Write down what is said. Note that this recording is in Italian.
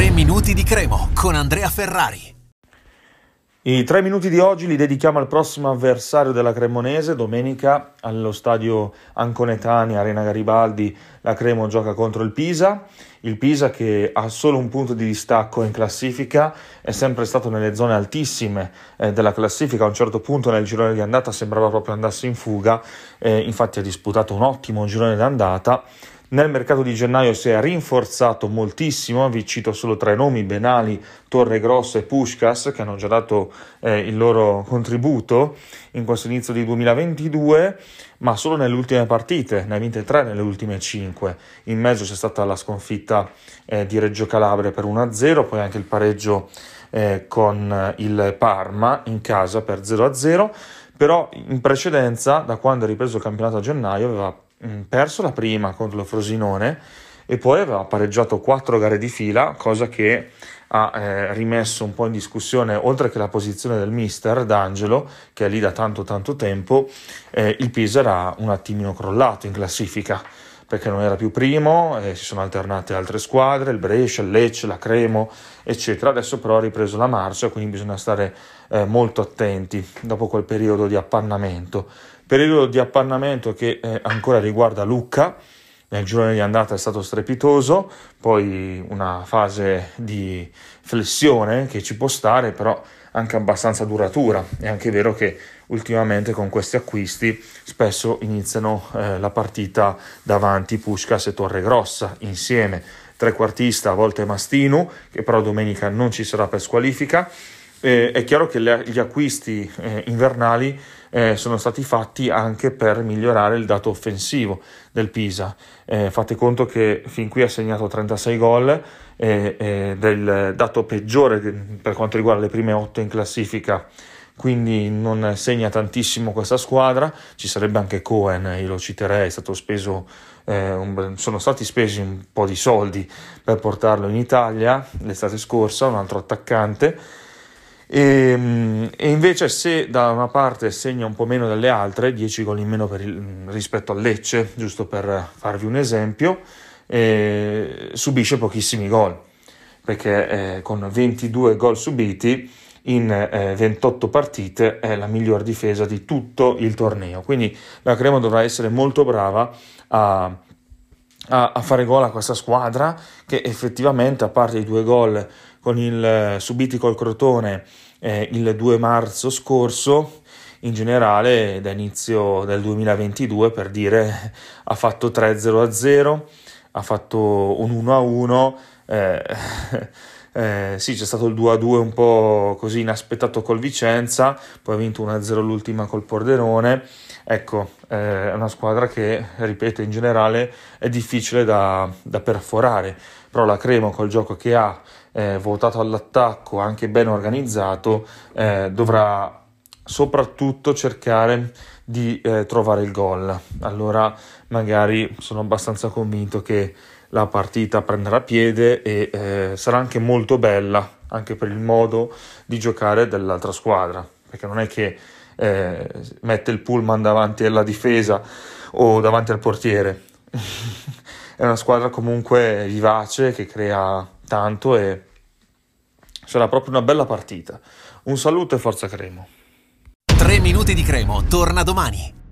3 minuti di Cremo con Andrea Ferrari. I 3 minuti di oggi li dedichiamo al prossimo avversario della Cremonese. Domenica allo stadio Anconetani, Arena Garibaldi, la Cremo gioca contro il Pisa. Il Pisa, che ha solo un punto di distacco in classifica, è sempre stato nelle zone altissime della classifica. A un certo punto nel girone di andata sembrava proprio andasse in fuga, infatti ha disputato un ottimo girone d'andata. Nel mercato di gennaio si è rinforzato moltissimo, vi cito solo 3 nomi: Benali, Torregrossa e Puskás, che hanno già dato il loro contributo in questo inizio di 2022, ma solo nelle ultime partite, ne ha vinte 3 nelle ultime 5. In mezzo c'è stata la sconfitta di Reggio Calabria per 1-0, poi anche il pareggio con il Parma in casa per 0-0, però in precedenza, da quando è ripreso il campionato a gennaio, aveva perso la prima contro lo Frosinone e poi aveva pareggiato 4 gare di fila, cosa che ha rimesso un po' in discussione, oltre che la posizione del mister D'Angelo, che è lì da tanto tempo. Il Pisa era un attimino crollato in classifica, perché non era più primo, si sono alternate altre squadre, il Brescia, il Lecce, la Cremo, eccetera. Adesso però ha ripreso la marcia, quindi bisogna stare molto attenti dopo quel periodo di appannamento che ancora riguarda Lucca. Nel girone di andata è stato strepitoso, poi una fase di flessione che ci può stare, però anche abbastanza duratura. È anche vero che ultimamente con questi acquisti spesso iniziano la partita davanti Puskás e Torregrossa insieme, trequartista a volte Mastinu, che però domenica non ci sarà per squalifica. È chiaro che gli acquisti invernali sono stati fatti anche per migliorare il dato offensivo del Pisa. Fate conto che fin qui ha segnato 36 gol, del dato peggiore per quanto riguarda le prime 8 in classifica, quindi non segna tantissimo questa squadra. Ci sarebbe anche Cohen, io lo citerei, sono stati spesi un po' di soldi per portarlo in Italia l'estate scorsa, un altro attaccante. E invece, se da una parte segna un po' meno delle altre, 10 gol in meno rispetto al Lecce, giusto per farvi un esempio, subisce pochissimi gol, perché con 22 gol subiti in 28 partite è la miglior difesa di tutto il torneo. Quindi la Crema dovrà essere molto brava a fare gol a questa squadra, che effettivamente, a parte i 2 gol subiti col Crotone il 2 marzo scorso, in generale da inizio del 2022, per dire, ha fatto 3-0-0, ha fatto un 1-1, sì, c'è stato il 2-2 un po' così inaspettato col Vicenza, poi ha vinto 1-0 l'ultima col Pordenone. Ecco, è una squadra che, ripeto, in generale è difficile da perforare, però la Crema, col gioco che ha, votato all'attacco, anche ben organizzato, dovrà soprattutto cercare di trovare il gol. Allora magari sono abbastanza convinto che la partita prenderà piede e sarà anche molto bella, anche per il modo di giocare dell'altra squadra, perché non è che mette il pullman davanti alla difesa o davanti al portiere. È una squadra comunque vivace, che crea tanto, e sarà proprio una bella partita. Un saluto e forza Cremo. 3 minuti di Cremo torna domani.